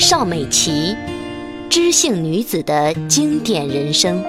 邵美琪，知性女子的经典人生。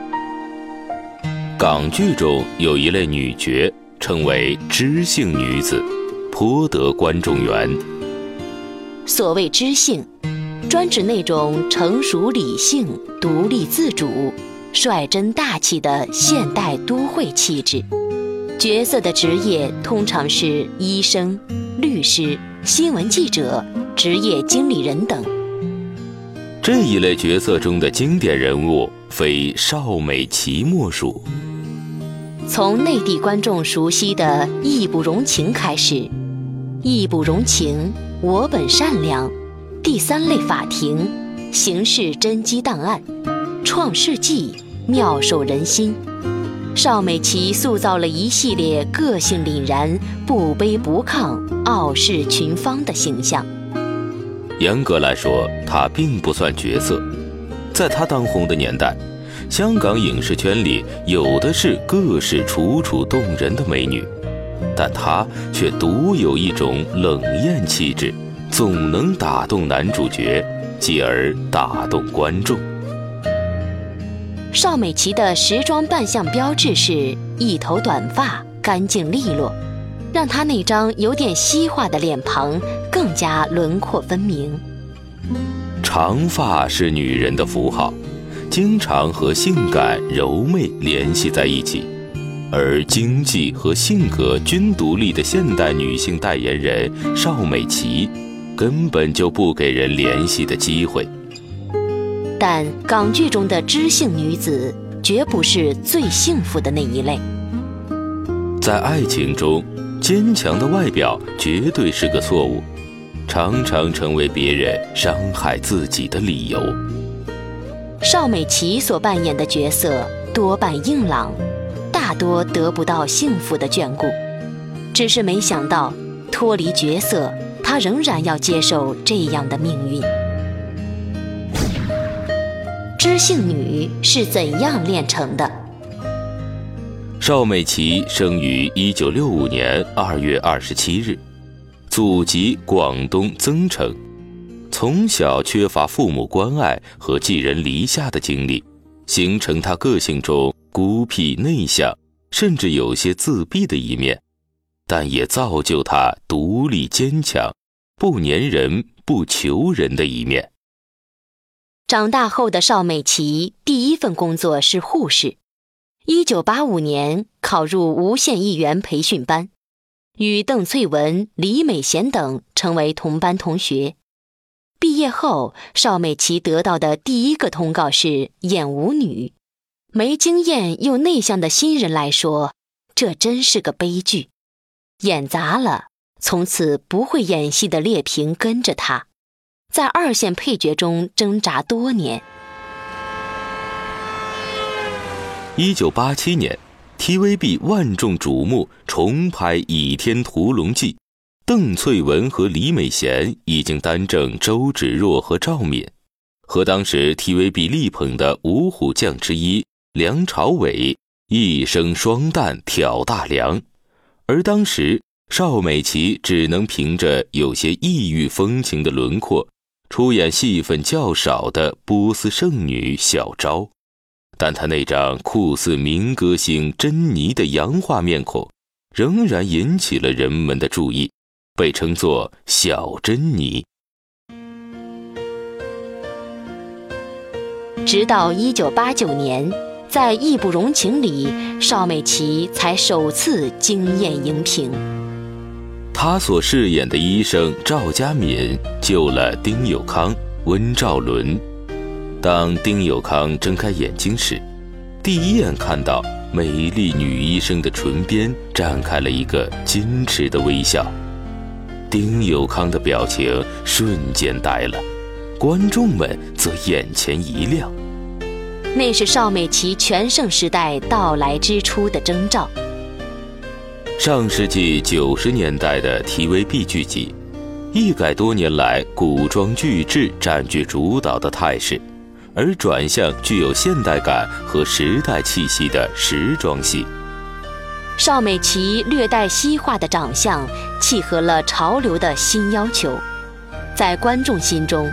港剧中有一类女角，称为知性女子，颇得观众缘。 所谓知性，专指那种成熟理性、独立自主、率真大气的现代都会气质。角色的职业通常是医生、律师、新闻记者、职业经理人等。 这一类角色中的经典人物，非邵美琪莫属。 从内地观众熟悉的《义不容情》开始，义不容情、我本善良、第三类法庭、刑事侦缉档案、创世纪、妙手仁心，邵美琪塑造了一系列个性凛然、不卑不亢、傲视群芳的形象。 严格来说，她并不算角色。在她当红的年代，香港影视圈里有的是各式楚楚动人的美女，但她却独有一种冷艳气质，总能打动男主角，继而打动观众。 邵美琪的时装扮相标志是一头短发，干净利落，让她那张有点西化的脸庞更加轮廓分明。 长发是女人的符号，经常和性感柔媚联系在一起，而经济和性格均独立的现代女性代言人邵美琪，根本就不给人联系的机会。 但港剧中的知性女子绝不是最幸福的那一类。 在爱情中，坚强的外表绝对是个错误，常常成为别人伤害自己的理由。 邵美琪所扮演的角色多半硬朗，大多得不到幸福的眷顾，只是没想到脱离角色，她仍然要接受这样的命运。知性女是怎样炼成的？ 邵美琪生于1965年2月27日，祖籍广东增城。从小缺乏父母关爱和寄人篱下的经历，形成她个性中孤僻内向，甚至有些自闭的一面，但也造就她独立坚强、不粘人、不求人的一面。 长大后的邵美琪第一份工作是护士，1985年考入无线艺员培训班，与邓萃雯、李美贤等成为同班同学。毕业后，邵美琪得到的第一个通告是演舞女。没经验又内向的新人来说，这真是个悲剧。演砸了，从此不会演戏的烈平跟着她，在二线配角中挣扎多年。 1987年 TVB 万众瞩目重拍《倚天屠龙记》，邓萃雯和李美贤已经担正周芷若和赵敏，和当时 TVB 力捧的五虎将之一梁朝伟一生双旦挑大梁。而当时邵美琪只能凭着有些异域风情的轮廓，出演戏份较少的波斯圣女小昭，但她那张酷似民歌星珍妮的洋化面孔，仍然引起了人们的注意，被称作小珍妮。 直到1989年，在《义不容情》里，邵美琪才首次惊艳荧屏。 她所饰演的医生赵佳敏救了丁有康、温兆伦。当丁有康睁开眼睛时，第一眼看到美丽女医生的唇边绽开了一个矜持的微笑。丁有康的表情瞬间呆了，观众们则眼前一亮。 那是邵美琪全盛时代到来之初的征兆。 上世纪90年代的 TVB 剧集，一改多年来古装巨制占据主导的态势，而转向具有现代感和时代气息的时装戏。 邵美琪略带西化的长相契合了潮流的新要求，在观众心中，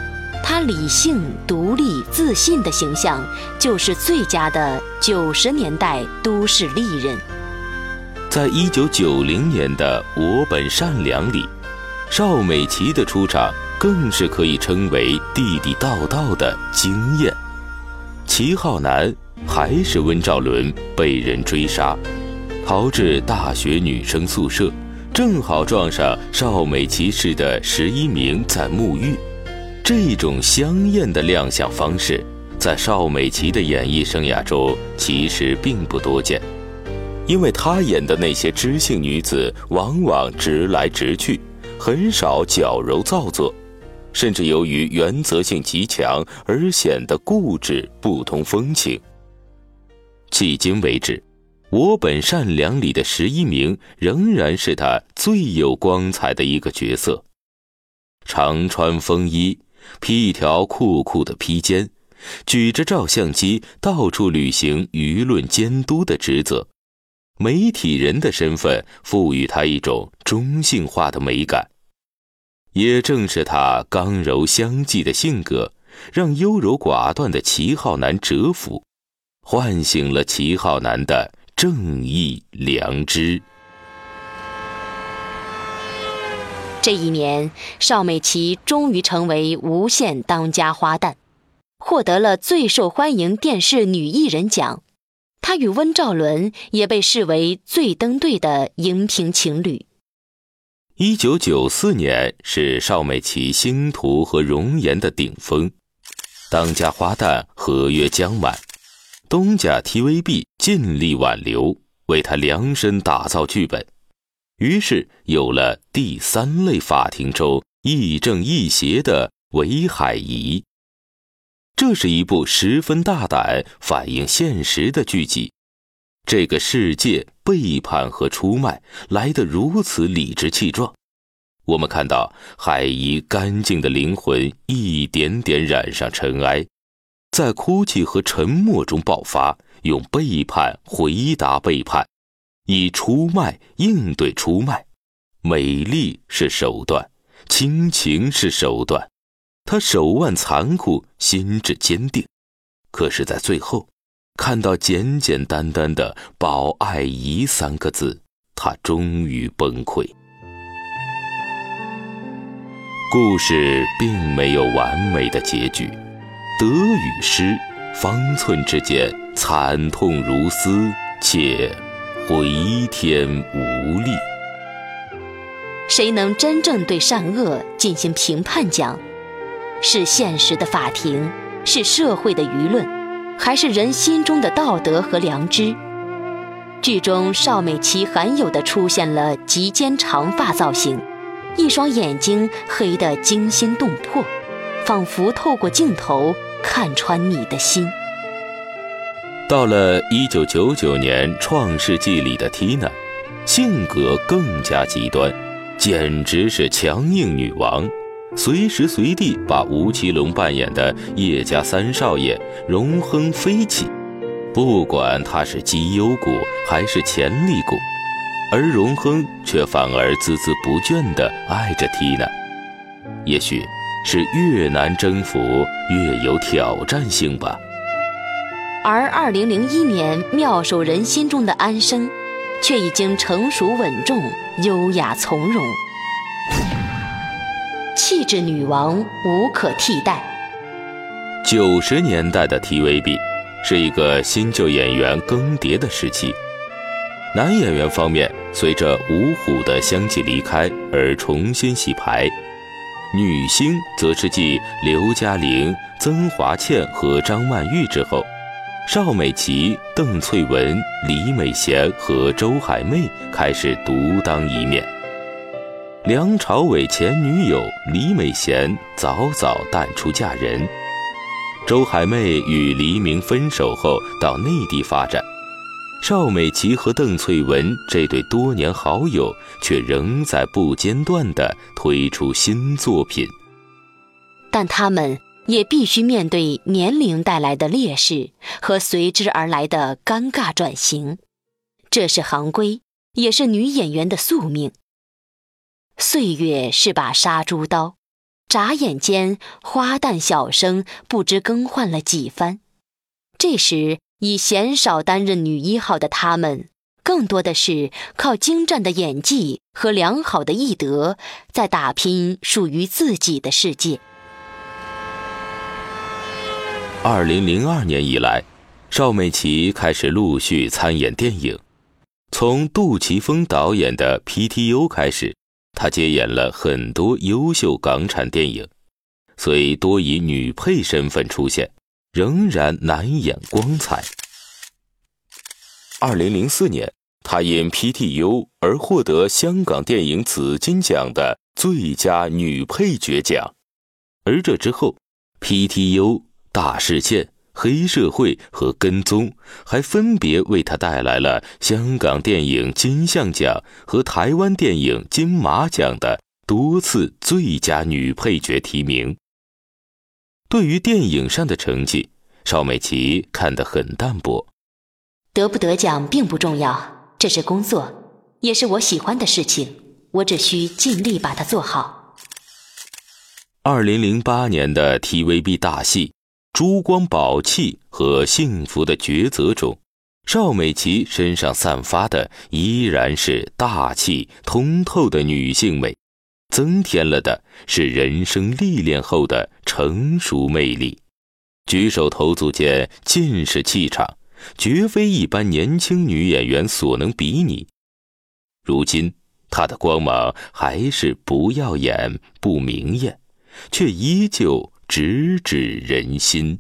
她理性、独立、自信的形象就是最佳的90年代都市丽人。 在1990年的《我本善良》里，邵美琪的出场更是可以称为地地道道的惊艳。齐浩南还是温兆伦被人追杀，逃至大学女生宿舍，正好撞上邵美琪市的11名在沐浴。这种香艳的亮相方式，在邵美琪的演艺生涯中其实并不多见，因为她演的那些知性女子往往直来直去，很少矫揉造作，甚至由于原则性极强而显得固执不通风情。迄今为止，我本善良里的11名仍然是她最有光彩的一个角色。常穿风衣，披一条酷酷的披肩，举着照相机到处履行舆论监督的职责。媒体人的身份赋予她一种中性化的美感。也正是她刚柔相济的性格，让优柔寡断的齐浩南折服，唤醒了齐浩南的正义良知。 这一年，邵美琪终于成为无线当家花旦，获得了最受欢迎电视女艺人奖。她与温兆伦也被视为最登对的荧屏情侣。 1994年是邵美琪星途和容颜的顶峰，当家花旦合约将满，东家 TVB 尽力挽留，为她量身打造剧本，于是有了第3类法庭中亦正亦邪的韦海怡。这是一部十分大胆反映现实的剧集，这个世界背叛和出卖来得如此理直气壮。我们看到海怡干净的灵魂一点点染上尘埃，在哭泣和沉默中爆发，用背叛回答背叛，以出卖应对出卖。美丽是手段，亲情是手段，他手腕残酷，心智坚定。可是在最后看到简简单单的保爱怡3个字，他终于崩溃。故事并没有完美的结局，得与失方寸之间惨痛如斯，且回天无力。 谁能真正对善恶进行评判讲？是现实的法庭，是社会的舆论，还是人心中的道德和良知？剧中邵美琪罕有地出现了及肩长发造型，一双眼睛黑得惊心动魄，仿佛透过镜头看穿你的心。 到了1999年《创世纪》里的 Tina， 性格更加极端，简直是强硬女王，随时随地把吴奇隆扮演的叶家3少爷荣亨飞起，不管他是绩优股还是潜力股，而荣亨却反而孜孜不倦地爱着 Tina。 也许是越难征服越有挑战性吧。 而2001年妙手仁心中的安生，却已经成熟稳重，优雅从容，气质女王无可替代。 90年代的 TVB 是一个新旧演员更迭的时期，男演员方面随着五虎的相继离开而重新洗牌，女星则是继刘嘉玲、曾华倩和张曼玉之后，邵美琪、邓萃雯、李美贤和周海媚开始独当一面。梁朝伟前女友李美贤早早淡出嫁人，周海媚与黎明分手后到内地发展，邵美琪和邓萃雯这对多年好友却仍在不间断地推出新作品， 但他们也必须面对年龄带来的劣势和随之而来的尴尬转型，这是行规，也是女演员的宿命。岁月是把杀猪刀， 眨眼间，花旦小生不知更换了几番。这时，以鲜少担任女一号的他们，更多的是靠精湛的演技和良好的艺德，在打拼属于自己的世界。 2002年以来，邵美琪开始陆续参演电影。从杜琪峰导演的 PTU 开始，她接演了很多优秀港产电影，虽多以女配身份出现，仍然难掩光彩。2004年，她因 PTU 而获得香港电影紫金奖的最佳女配角奖。而这之后， PTU、大事件、黑社会和跟踪还分别为她带来了香港电影金像奖和台湾电影金马奖的多次最佳女配角提名。对于电影上的成绩，邵美琪看得很淡薄。 得不得奖并不重要，这是工作，也是我喜欢的事情，我只需尽力把它做好。 2008年的 TVB 大戏珠光宝气和幸福的抉择中，邵美琪身上散发的依然是大气通透的女性美，增添了的是人生历练后的成熟魅力。举手投足间尽是气场，绝非一般年轻女演员所能比拟。如今她的光芒还是不耀眼不明艳，却依旧直指人心。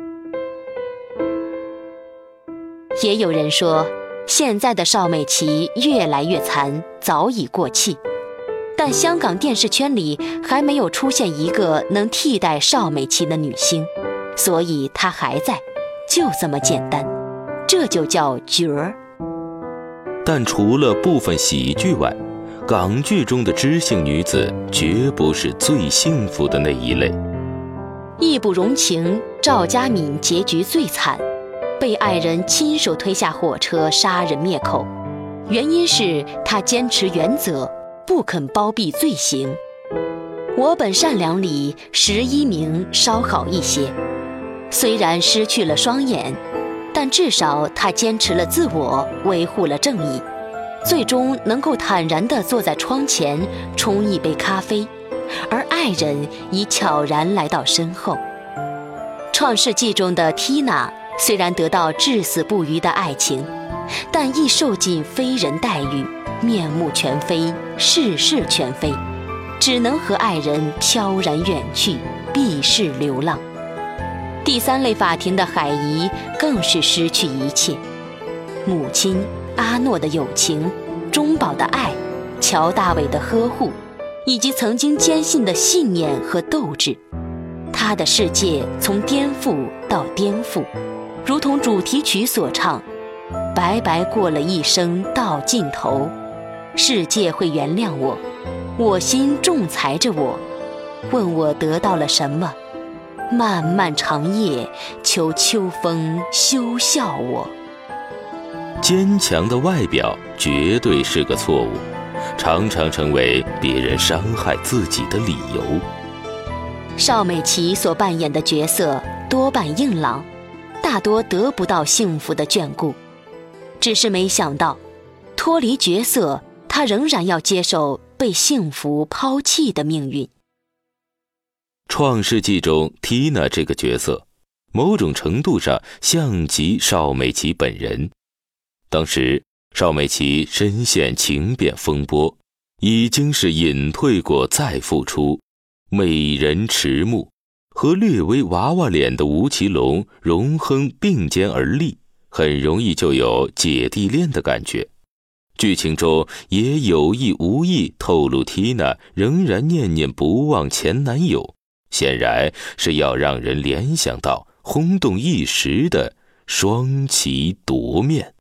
也有人说，现在的邵美琪越来越残，早已过气。但香港电视圈里还没有出现一个能替代邵美琪的女星，所以她还在，就这么简单，这就叫角儿。 但除了部分喜剧外，港剧中的知性女子绝不是最幸福的那一类。 义不容情，赵佳敏结局最惨，被爱人亲手推下火车杀人灭口，原因是她坚持原则，不肯包庇罪行。我本善良里11名稍好一些，虽然失去了双眼，但至少她坚持了自我，维护了正义，最终能够坦然地坐在窗前冲一杯咖啡，而爱人已悄然来到身后。创世纪中的 Tina 虽然得到至死不渝的爱情，但亦受尽非人待遇，面目全非，事事全非，只能和爱人飘然远去，避世流浪。第三类法庭的海怡更是失去一切，母亲阿诺的友情，钟宝的爱，乔大伟的呵护，以及曾经坚信的信念和斗志。他的世界从颠覆到颠覆，如同主题曲所唱，白白过了一生到尽头，世界会原谅我，我心仲裁着我，问我得到了什么，漫漫长夜，求秋风休笑我。 坚强的外表绝对是个错误，常常成为别人伤害自己的理由。 邵美琪所扮演的角色多半硬朗，大多得不到幸福的眷顾，只是没想到脱离角色，她仍然要接受被幸福抛弃的命运。 创世纪中 Tina 这个角色某种程度上像极邵美琪本人。当时邵美琪深陷情变风波，已经是隐退过再复出，美人迟暮，和略微娃娃脸的吴奇隆、荣亨并肩而立，很容易就有姐弟恋的感觉。剧情中也有意无意透露 Tina 仍然念念不忘前男友，显然是要让人联想到轰动一时的双旗夺面。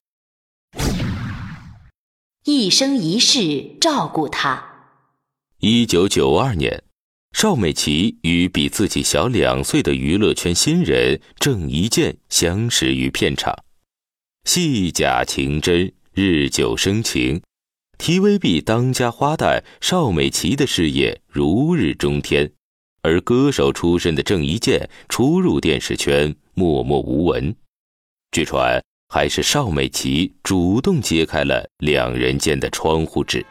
一生一世照顾他。 1992年，邵美琪与比自己小2岁的娱乐圈新人郑伊健相识于片场，戏假情真，日久生情。TVB 当家花旦邵美琪的事业如日中天， 而歌手出身的郑伊健初入电视圈默默无闻。据传还是邵美琪主动揭开了两人间的窗户纸。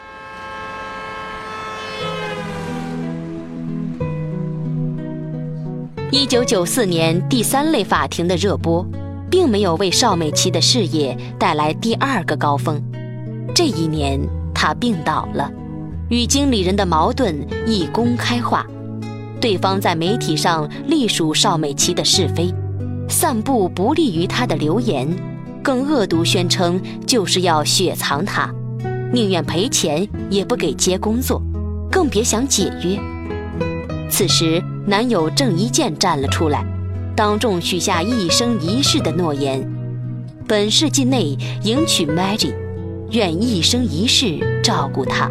1994年第3类法庭的热播，并没有为邵美琪的事业带来第2个高峰。这一年，她病倒了，与经理人的矛盾一公开化，对方在媒体上隶属邵美琪的是非，散布不利于她的流言，更恶毒宣称就是要雪藏她，宁愿赔钱也不给接工作，更别想解约。此时，男友郑伊健站了出来，当众许下一生一世的诺言：本世纪内迎娶 Maggie， 愿一生一世照顾她。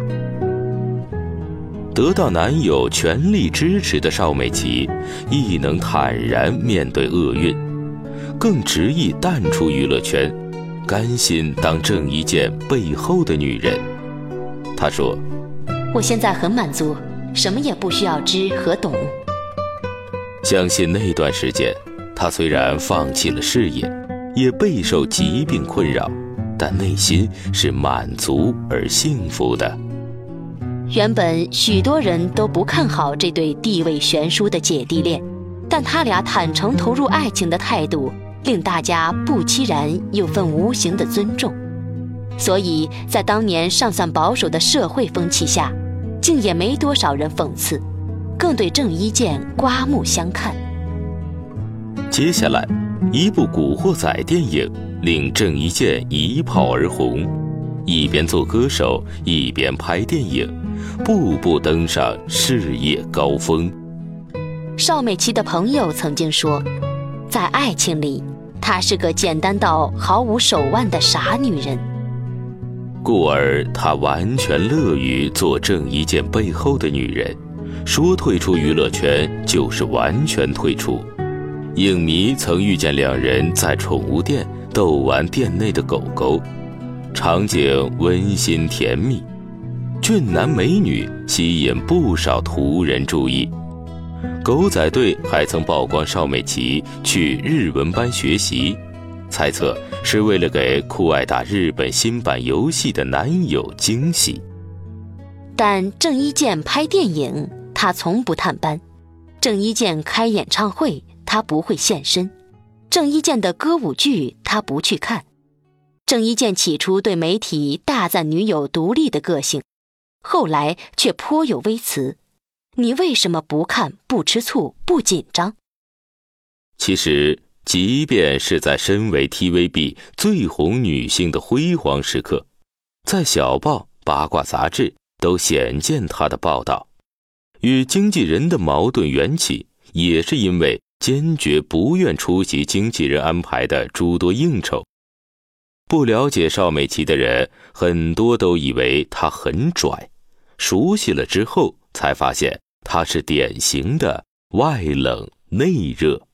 得到男友全力支持的邵美琪，亦能坦然面对厄运，更执意淡出娱乐圈，甘心当郑伊健背后的女人。她说： 我现在很满足，什么也不需要知和懂。 相信那段时间，她虽然放弃了事业，也备受疾病困扰，但内心是满足而幸福的。 原本许多人都不看好这对地位悬殊的姐弟恋，但他俩坦诚投入爱情的态度，令大家不期然有份无形的尊重。所以在当年尚算保守的社会风气下，竟也没多少人讽刺，更对郑伊健刮目相看。 接下来，一部古惑仔电影令郑伊健一炮而红，一边做歌手，一边拍电影，步步登上事业高峰。 邵美琪的朋友曾经说，在爱情里，她是个简单到毫无手腕的傻女人。 故而她完全乐于做郑伊健背后的女人，说退出娱乐圈就是完全退出。影迷曾遇见两人在宠物店逗玩店内的狗狗，场景温馨甜蜜，俊男美女吸引不少途人注意。狗仔队还曾曝光邵美琪去日文班学习，猜测是为了给酷爱打日本新版游戏的男友惊喜。 但郑伊健拍电影，他从不探班；郑伊健开演唱会，他不会现身；郑伊健的歌舞剧，他不去看。郑伊健起初对媒体大赞女友独立的个性，后来却颇有微词：你为什么不看、不吃醋、不紧张？ 其实即便是在身为 TVB 最红女性的辉煌时刻，在小报、八卦杂志都显见她的报道。与经纪人的矛盾缘起，也是因为坚决不愿出席经纪人安排的诸多应酬。不了解邵美琪的人，很多都以为她很拽，熟悉了之后才发现她是典型的外冷内热。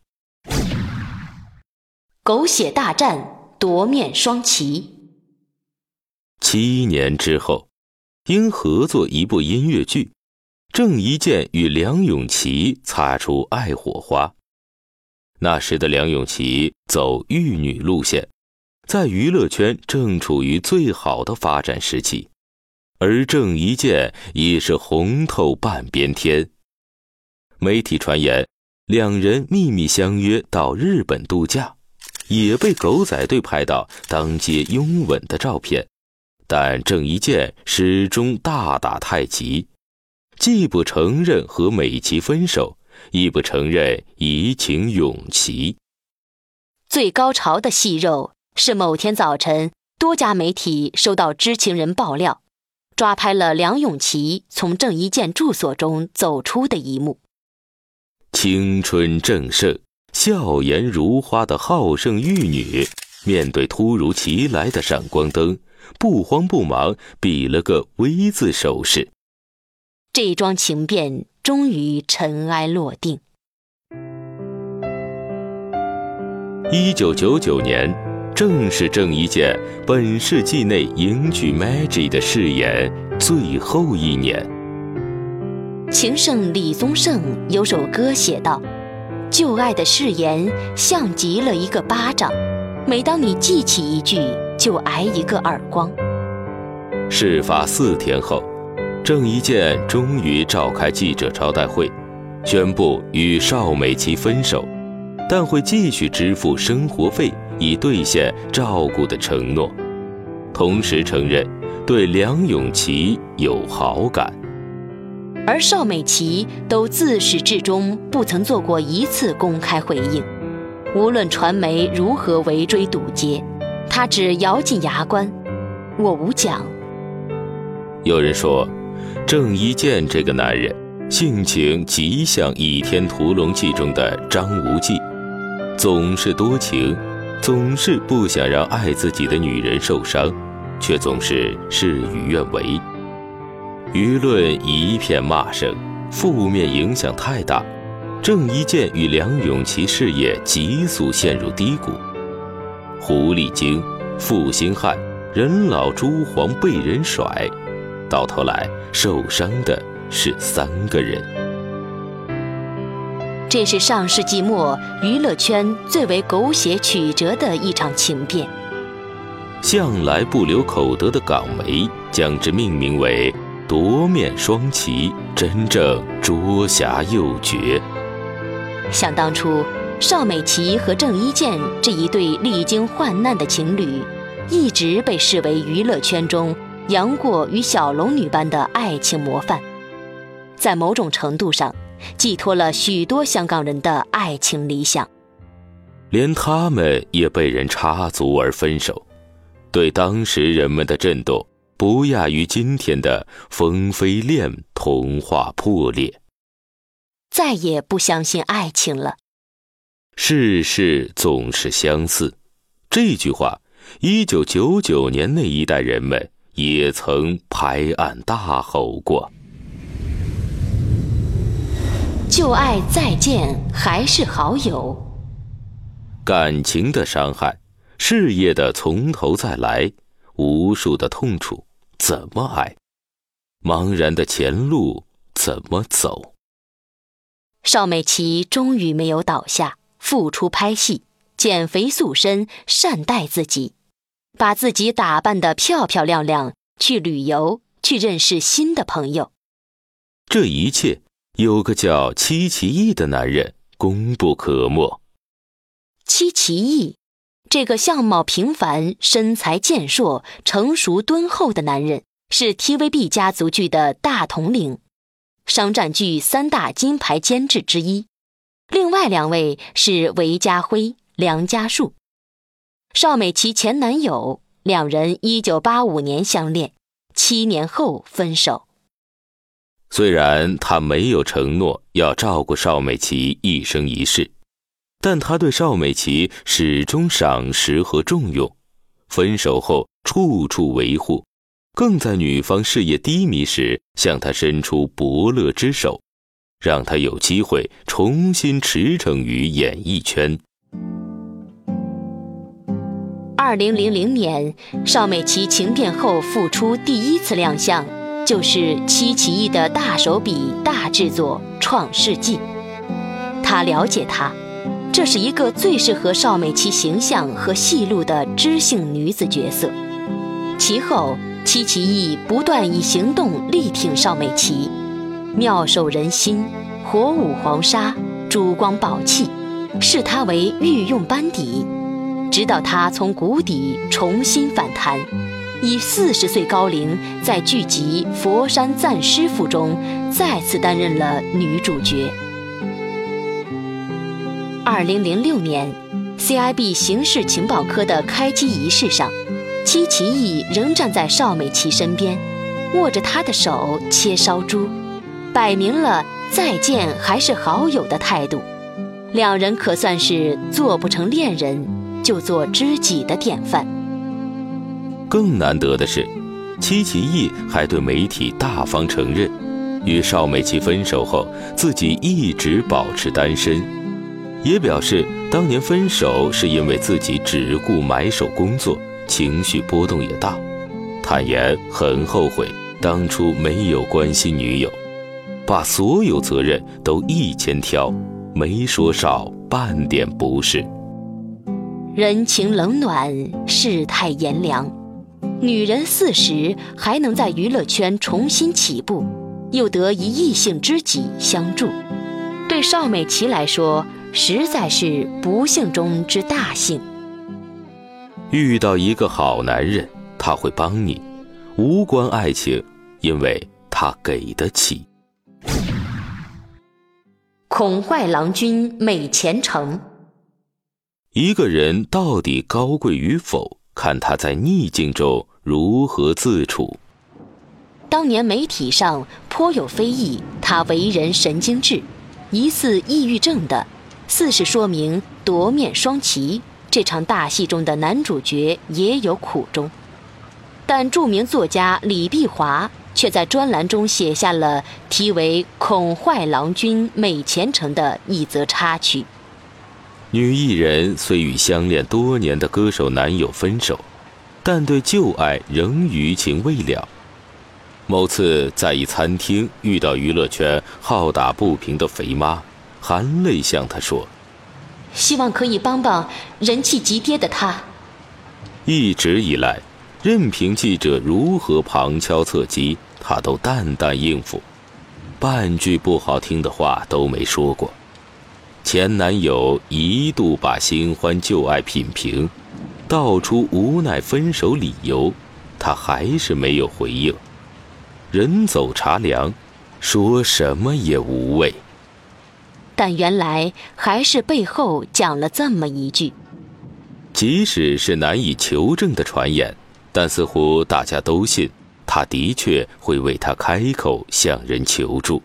狗血大战，夺面双旗。 7年之后，因合作一部音乐剧，郑伊健与梁咏琪擦出爱火花。那时的梁咏琪走玉女路线，在娱乐圈正处于最好的发展时期，而郑伊健已是红透半边天。媒体传言，两人秘密相约到日本度假，也被狗仔队拍到当街拥吻的照片，但郑伊健始终大打太极，既不承认和美琪分手，亦不承认移情永琪。 最高潮的戏肉是某天早晨，多家媒体收到知情人爆料，抓拍了梁咏琪从郑伊健住所中走出的一幕。 青春正盛、笑颜如花的好胜玉女，面对突如其来的闪光灯，不慌不忙比了个 V 字手势。 这桩情变终于尘埃落定。 1999年，正是郑伊健本世纪内迎娶 Maggie 的誓言最后一年。 情圣李宗盛有首歌写道：旧爱的誓言像极了一个巴掌，每当你记起一句，就挨一个耳光。 事发4天后，郑伊健终于召开记者招待会，宣布与邵美琪分手，但会继续支付生活费以兑现照顾的承诺，同时承认对梁咏琪有好感。 而邵美琪都自始至终不曾做过一次公开回应，无论传媒如何围追堵截，她只咬紧牙关：我无讲。 有人说，郑伊健这个男人性情极像《倚天屠龙记》中的张无忌，总是多情，总是不想让爱自己的女人受伤，却总是事与愿违。舆论一片骂声，负面影响太大，郑伊健与梁咏琪事业急速陷入低谷。狐狸精、负心汉、人老珠黄被人甩，到头来受伤的是3个人。 这是上世纪末娱乐圈最为狗血曲折的一场情变。 向来不留口德的港媒将之命名为夺面双旗，真正捉狭诱绝。 想当初，邵美琪和郑伊健这一对历经患难的情侣，一直被视为娱乐圈中杨过与小龙女般的爱情模范，在某种程度上寄托了许多香港人的爱情理想。 连他们也被人插足而分手，对当时人们的震动不亚于今天的风飞恋童话破裂。 再也不相信爱情了。 世事总是相似，这句话1999年那一代人们也曾拍案大吼过。 旧爱再见还是好友。 感情的伤害，事业的从头再来，无数的痛楚，怎么挨？茫然的前路怎么走？ 邵美琪终于没有倒下，复出拍戏，减肥塑身，善待自己，把自己打扮得漂漂亮亮，去旅游，去认识新的朋友。 这一切有个叫戚其义的男人功不可没。 戚其义，这个相貌平凡、身材健硕、成熟敦厚的男人，是 TVB 家族剧的大统领，商战剧3大金牌监制之一。另外2位是韦家辉、梁家树。邵美琪前男友，2人1985年相恋，7年后分手。 虽然他没有承诺要照顾邵美琪一生一世，但他对邵美琪始终赏识和重用，分手后处处维护，更在女方事业低迷时向她伸出伯乐之手，让她有机会重新驰骋于演艺圈。 2000年，邵美琪情变后复出第一次亮相，就是戚其义的大手笔大制作《创世纪》。他了解她，这是一个最适合邵美琪形象和戏路的知性女子角色。其后，戚其义不断以行动力挺邵美琪，妙手仁心，火舞黄沙，珠光宝气，视她为御用班底，直到她从谷底重新反弹，以40岁高龄在剧集《佛山赞师傅》中再次担任了女主角。2006年 CIB 刑事情报科的开机仪式上，戚其义仍站在邵美琪身边，握着她的手切烧猪，摆明了再见还是好友的态度。2人可算是做不成恋人就做知己的典范。 更难得的是，戚其义还对媒体大方承认，与邵美琪分手后自己一直保持单身，也表示当年分手是因为自己只顾埋首工作，情绪波动也大，坦言很后悔当初没有关心女友， 把所有责任都一肩挑，没说少半点不是。 人情冷暖，世态炎凉，女人40还能在娱乐圈重新起步，又得一异性知己相助，对邵美琪来说实在是不幸中之大幸。 遇到一个好男人，他会帮你，无关爱情，因为他给得起。 孔坏郎君美前程。 一个人到底高贵与否，看他在逆境中如何自处。 当年媒体上颇有非议他为人神经质，疑似抑郁症的，似是说明夺面双旗这场大戏中的男主角也有苦衷。但著名作家李碧华却在专栏中写下了题为《孔坏郎君美前程》的一则插曲。 女艺人虽与相恋多年的歌手男友分手，但对旧爱仍余情未了。某次在一餐厅遇到娱乐圈好打不平的肥妈，含泪向她说： 希望可以帮帮人气急跌的他。 一直以来，任凭记者如何旁敲侧击，她都淡淡应付，半句不好听的话都没说过。前男友一度把新欢旧爱品评，道出无奈分手理由，她还是没有回应。人走茶凉，说什么也无谓。 但原来还是背后讲了这么一句。 即使是难以求证的传言，但似乎大家都信，他的确会为他开口向人求助。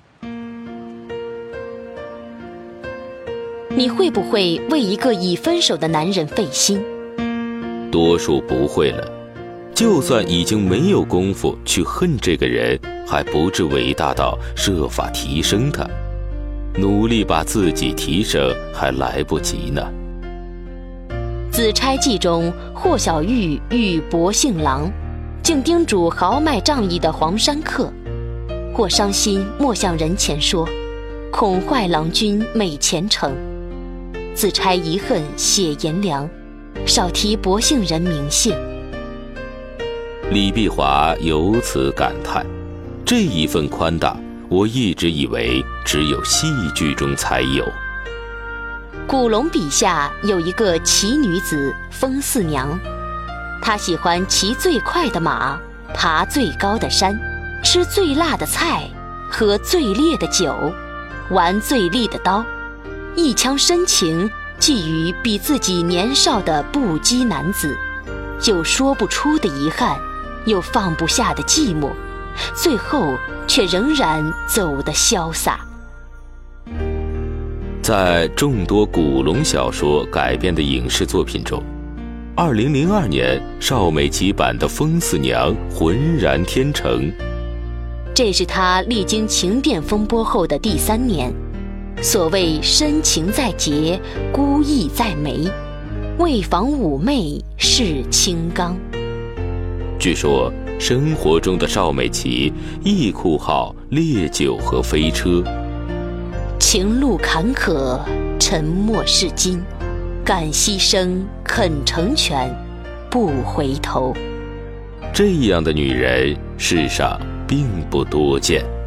你会不会为一个已分手的男人费心？ 多数不会了，就算已经没有功夫去恨这个人，还不至伟大到设法提升他。努力把自己提升还来不及呢。 紫钗记中，霍小玉遇薄幸郎，竟叮嘱豪迈仗义的黄山客：或伤心莫向人前说，孔坏郎君美前程。紫钗遗恨写颜良，少提薄幸人名姓。 李碧华由此感叹：这一份宽大，我一直以为只有戏剧中才有。 古龙笔下有一个奇女子风四娘，她喜欢骑最快的马，爬最高的山，吃最辣的菜，喝最烈的酒，玩最利的刀，一腔深情寄予比自己年少的不羁男子，有说不出的遗憾，有放不下的寂寞，最后却仍然走得潇洒。 在众多古龙小说改编的影视作品中，2002年邵美琪版的《风四娘》浑然天成。 这是她历经情变风波后的第3年。所谓深情在睫，孤意在眉，为防妩媚是清刚。 据说生活中的邵美琪亦酷好烈酒和飞车。 情路坎坷，沉默是金，敢牺牲，肯成全，不回头。 这样的女人，世上并不多见。